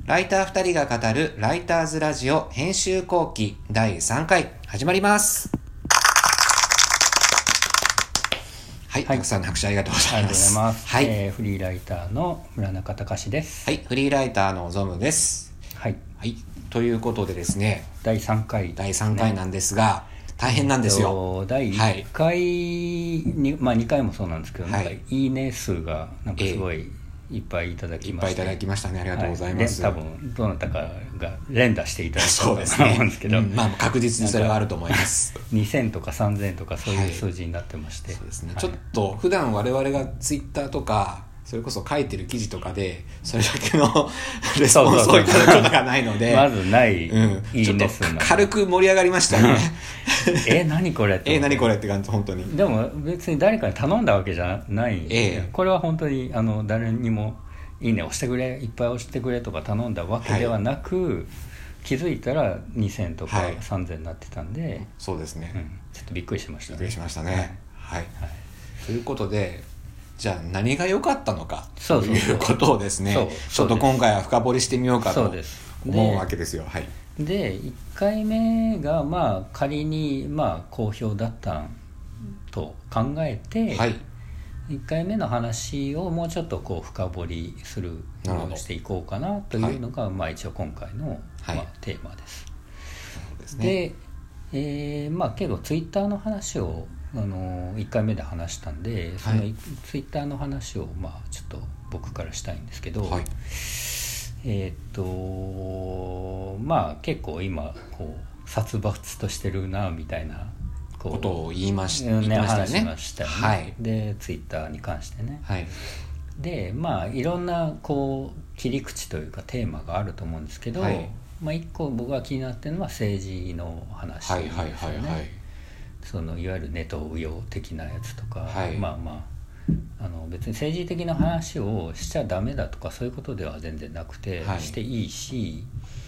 ライター2人が語るライターズラジオ編集後期第3回始まります。はい、たくさんの拍手ありがとうございます。 はい、フリーライターの村中隆です。 はい、フリーライターのゾムです。 はい、 はい、ということでですね、 第3回なんですが、大変なんですよ。 第1回に、2回もそうなんですけど、なんかいいね数がなんかすごいいっぱいいただきまして、 いっぱいいただきましたね。ありがとうございます。 多分どなたかが連打していただいたと思うんですけど、 確実にそれはあると思います。 2000とか3000とかそういう数字になってまして、 そうですね。ちょっと普段我々がツイッターとかそれこそ書いてる記事とかでそれだけのレスポンスをいただくことがないので、 まずない、いいね数の軽く盛り上がりましたよね。 何これって何これって感じ。本当にでも別に誰かに頼んだわけじゃないんで、これは本当に誰にもいいね押してくれ、いっぱい押してくれとか頼んだわけではなく、気づいたら2000とか3000になってたんで、 そうですね、 ちょっとびっくりしましたね。 びっくりしましたね。はい、ということで、じゃあ何が良かったのかということをですね、ちょっと今回は深掘りしてみようかと思うわけですよ。はい。 で1回目が仮に好評だったと考えて、1回目の話をもうちょっと深掘りするようにしていこうかなというのが、一応今回の、テーマです。で、結構ツイッターの話を1回目で話したんで、そのツイッターの話をちょっと僕からしたいんですけど、結構今殺伐としてるなみたいなことを言いましたよね。 はい、 でツイッターに関してね、でいろんな切り口というかテーマがあると思うんですけど、一個僕が気になってるのは政治の話ですよね。いわゆるネトウヨ的なやつとか、別に政治的な話をしちゃダメだとかそういうことでは全然なくて、していいし、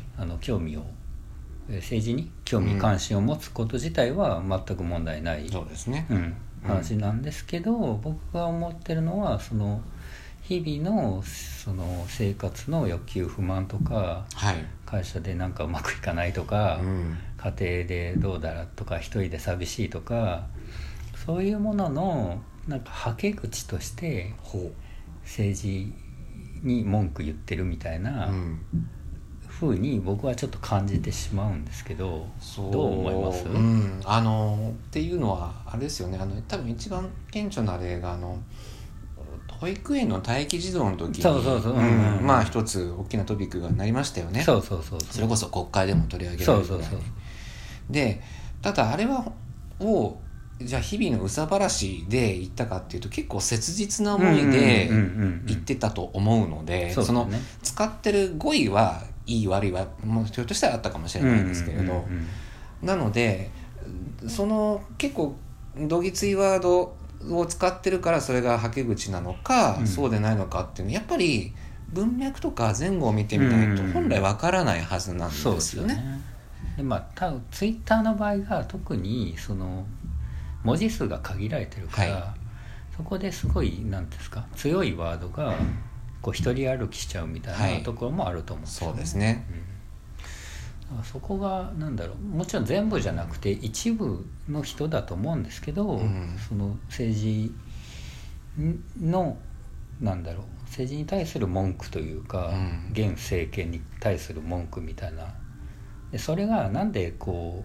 政治に興味関心を持つこと自体は全く問題ない、話なんですけど、僕が思ってるのは日々の生活の欲求不満とか、会社でなんかうまくいかないとか、家庭でどうだらとか、一人で寂しいとか、そういうもののなんかはけ口として政治に文句言ってるみたいな風に僕はちょっと感じてしまうんですけど、どう思います？ っていうのはあれですよね。多分一番顕著な例が保育園の待機児童の時に一つ大きなトピックがなりましたよね。それこそ国会でも取り上げられるぐらいで、ただあれをじゃあ日々の憂さ晴らしで言ったかっていうと、結構切実な思いで言ってたと思うので、その使ってる語彙はいい悪いはもうひょっとしたらあったかもしれないんですけれど、なので結構どぎついワードを使ってるからそれがはけ口なのか、そうでないのかっていうのやっぱり文脈とか前後を見てみないと本来わからないはずなんですよね。 で多分ツイッターの場合が特に文字数が限られてるから、そこですごいなんですか、強いワードが一人歩きしちゃうみたいなところもあると思うんですよね。 そうですね。 そこがもちろん全部じゃなくて一部の人だと思うんですけど、政治の政治に対する文句というか、現政権に対する文句みたいな、でそれがなんで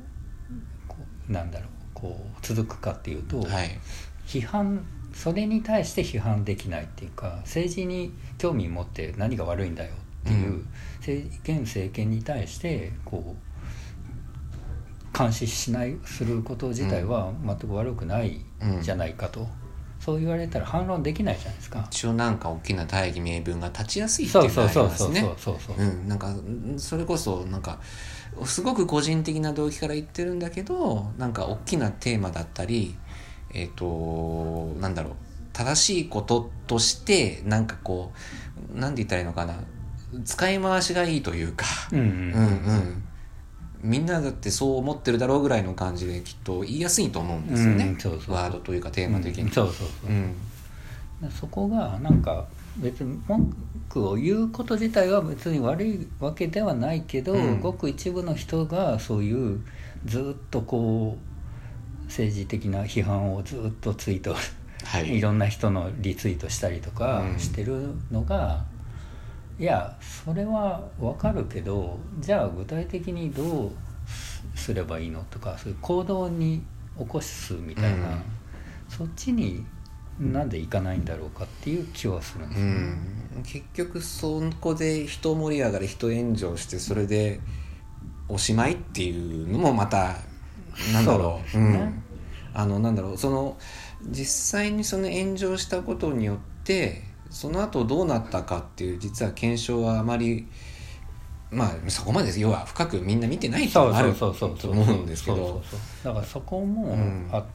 続くかっていうと、それに対して批判できないっていうか、政治に興味持って何が悪いんだよっていう、現政権に対して監視すること自体は全く悪くないじゃないかと、そう言われたら反論できないじゃないですか。 一応大きな大義名分が立ちやすいっていうのがありますね。それこそすごく個人的な動機から言ってるんだけど、大きなテーマだったり、正しいこととしてなんて言ったらいいのかな、使い回しがいいというか、みんなだってそう思ってるだろうぐらいの感じできっと言いやすいと思うんですよね。ワードというかテーマ的に。 そこが別に文句を言うこと自体は別に悪いわけではないけど、ごく一部の人がそういうずっとこう政治的な批判をずっとツイート、いろんな人のリツイートしたりとかしてるのが、いやそれはわかるけど、じゃあ具体的にどうすればいいのとか、そういう行動に起こすみたいな、そっちになんで行かないんだろうかっていう気はするんですね。 結局そこで人盛り上がり人炎上して、それでおしまいっていうのもまたなんだろう、なんだろう、その実際にその炎上したことによってその後どうなったかっていう実は検証はあまり、そこまで要は深くみんな見てないっていうのがあると思うんですけど、 だからそこもあって、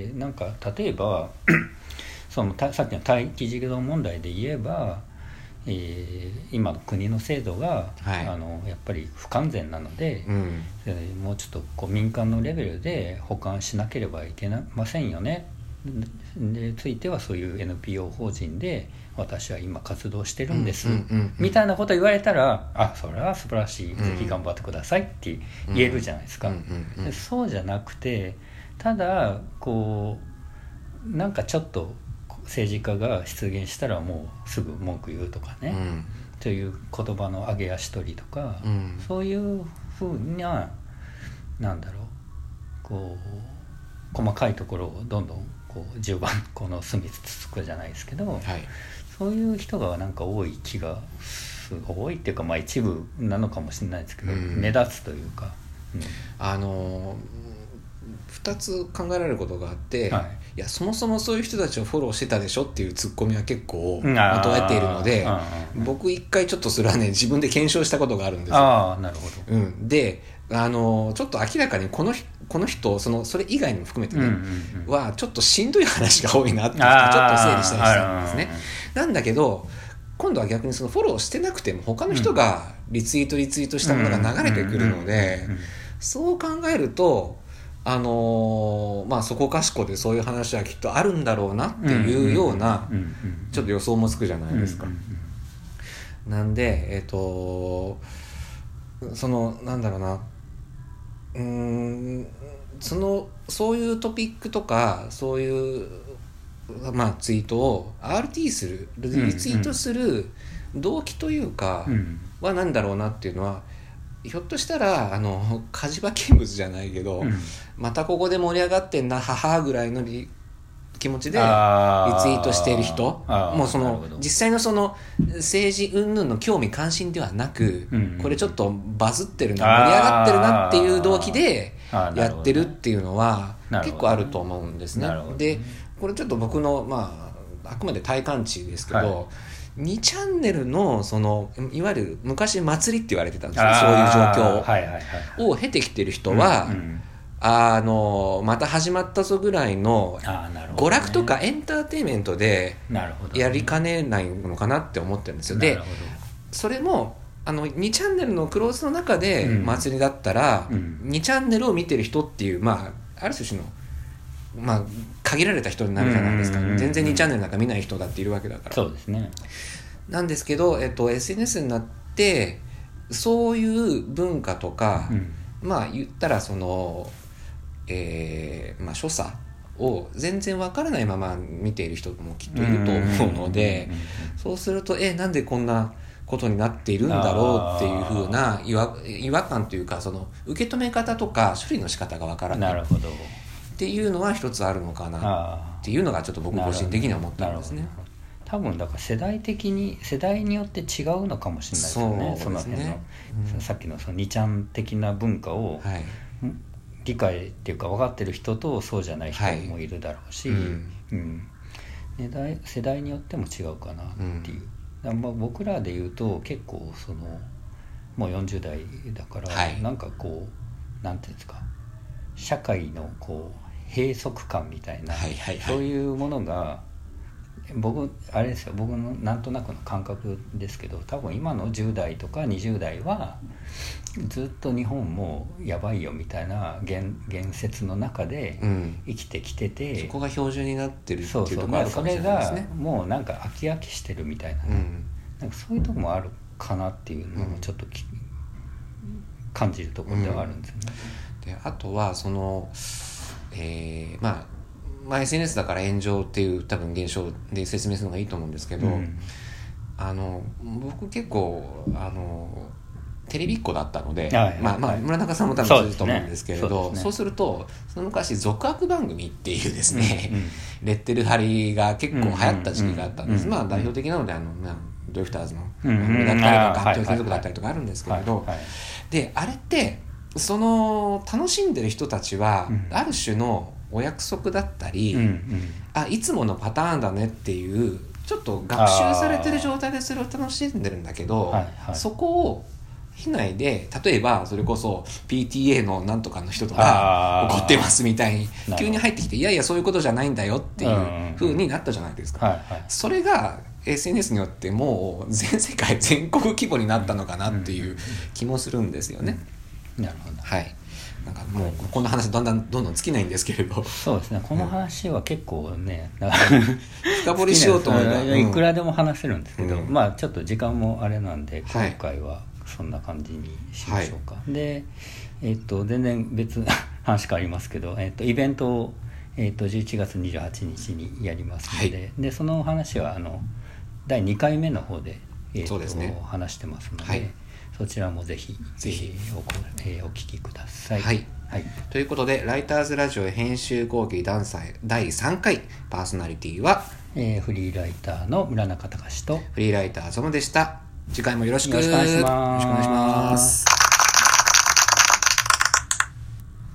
なんか例えばそのさっきの待機児童問題で言えば、今の国の制度が、やっぱり不完全なので、もうちょっとこう民間のレベルで補完しなければいけませんよねについては、そういう NPO 法人で私は今活動してるんです、みたいなこと言われたら、あ、それは素晴らしい、ぜひ頑張ってくださいって言えるじゃないですか。でそうじゃなくて、ただこうなんかちょっと政治家が出現したらもうすぐ文句言うとかね、という言葉の上げ足取りとか、そういうふうな、なんだろう、こう細かいところをどんどんこう10番この隅つつくじゃないですけど、そういう人がなんか多い気が多いっていうか、一部なのかもしれないですけど、目立つというか、 2つ考えられることがあって、いやそもそもそういう人たちをフォローしてたでしょっていうツッコミは結構まとえているので、僕一回ちょっとそれはね自分で検証したことがあるんですよ。 なるほど。 でちょっと明らかにこの人それ以外にも含めてね、はちょっとしんどい話が多いなってちょっと整理したりしたんですね。なんだけど今度は逆にそのフォローしてなくても他の人がリツイートしたものが流れてくるので、そう考えるとそこかしこでそういう話はきっとあるんだろうなっていうようなちょっと予想もつくじゃないですか。なんでなんだろうな、そういうトピックとかそういうツイートを RT するリツイートする動機というかは何だろうなっていうのは、ひょっとしたら火事場見物じゃないけど、またここで盛り上がってんな母ぐらいの気持ちでリツイートしている人、もうその実際のその政治云々の興味関心ではなく、これちょっとバズってるな、盛り上がってるなっていう動機でやってるっていうのは結構あると思うんですね。でこれちょっと僕のあくまで体感値ですけど、2チャンネルのいわゆる昔祭りって言われてたんですよ、そういう状況を経てきてる人は、また始まったぞぐらいの娯楽とかエンターテインメントでやりかねないのかなって思ってるんですよ。でそれも2チャンネルのクローズの中で祭りだったら、2チャンネルを見てる人っていう、ある種の限られた人になるじゃないですか。全然2チャンネルなんか見ない人だっているわけだから。 そうですね。 なんですけど、SNS になってそういう文化とか、言ったら所作を全然わからないまま見ている人もきっといると思うので、そうするとなんでこんなことになっているんだろうっていう風な違和感というか、その受け止め方とか処理の仕方がわからないっていうのは一つあるのかなっていうのがちょっと僕個人的には思ったんですね。 多分だから世代によって違うのかもしれないですよね。その辺の、さっきのその2ちゃん的な文化を理解っていうか分かってる人とそうじゃない人もいるだろうし、世代によっても違うかなっていう。僕らで言うと結構もう40代だから、なんかこうなんていうんですか、社会のこう閉塞感みたいな、そういうものが僕あれですよ、僕のなんとなくの感覚ですけど、多分今の10代とか20代はずっと日本もやばいよみたいな言説の中で生きてきてて、 そこが標準になってるっていうところがあるかもしれないですね。 それがもうなんか飽き飽きしてるみたいな、なんかそういうとこもあるかなっていうのをちょっと感じるところではあるんですよね。 であとはその、SNS だから炎上っていう多分現象で説明するのがいいと思うんですけど、僕結構テレビっ子だったので、村中さんも多分そうだと思うんですけれど、そうするとその昔続悪番組っていうですね、レッテル貼りが結構流行った時期があったんです。代表的なのでドリフターズの番組だったりとかガッチョン専属だったりとかあるんですけれど、であれってその楽しんでる人たちはある種のお約束だったり、いつものパターンだねっていうちょっと学習されてる状態でそれを楽しんでるんだけど、そこを被害で例えばそれこそ PTA のなんとかの人とか怒ってますみたいに急に入ってきて、いやいやそういうことじゃないんだよっていう風になったじゃないですか。それが SNS によってもう全世界全国規模になったのかなっていう気もするんですよね。 なるほど。 はい。なんかもうこの話どんどん尽きないんですけれど、 そうですね、この話は結構ね、 深掘りしようと思えばいくらでも話せるんですけど、ちょっと時間もあれなんで今回はそんな感じにしましょうか。で、全然別話変わりますけど、イベントを、11月28日にやりますので、でその話は第2回目の方で、 そうですね、 話してますので、そちらもぜひお聞きください。 ということでライターズラジオ編集講義第3回パーソナリティは、 フリーライターの村中隆とフリーライターゾノでした。次回もよろしくお願いします。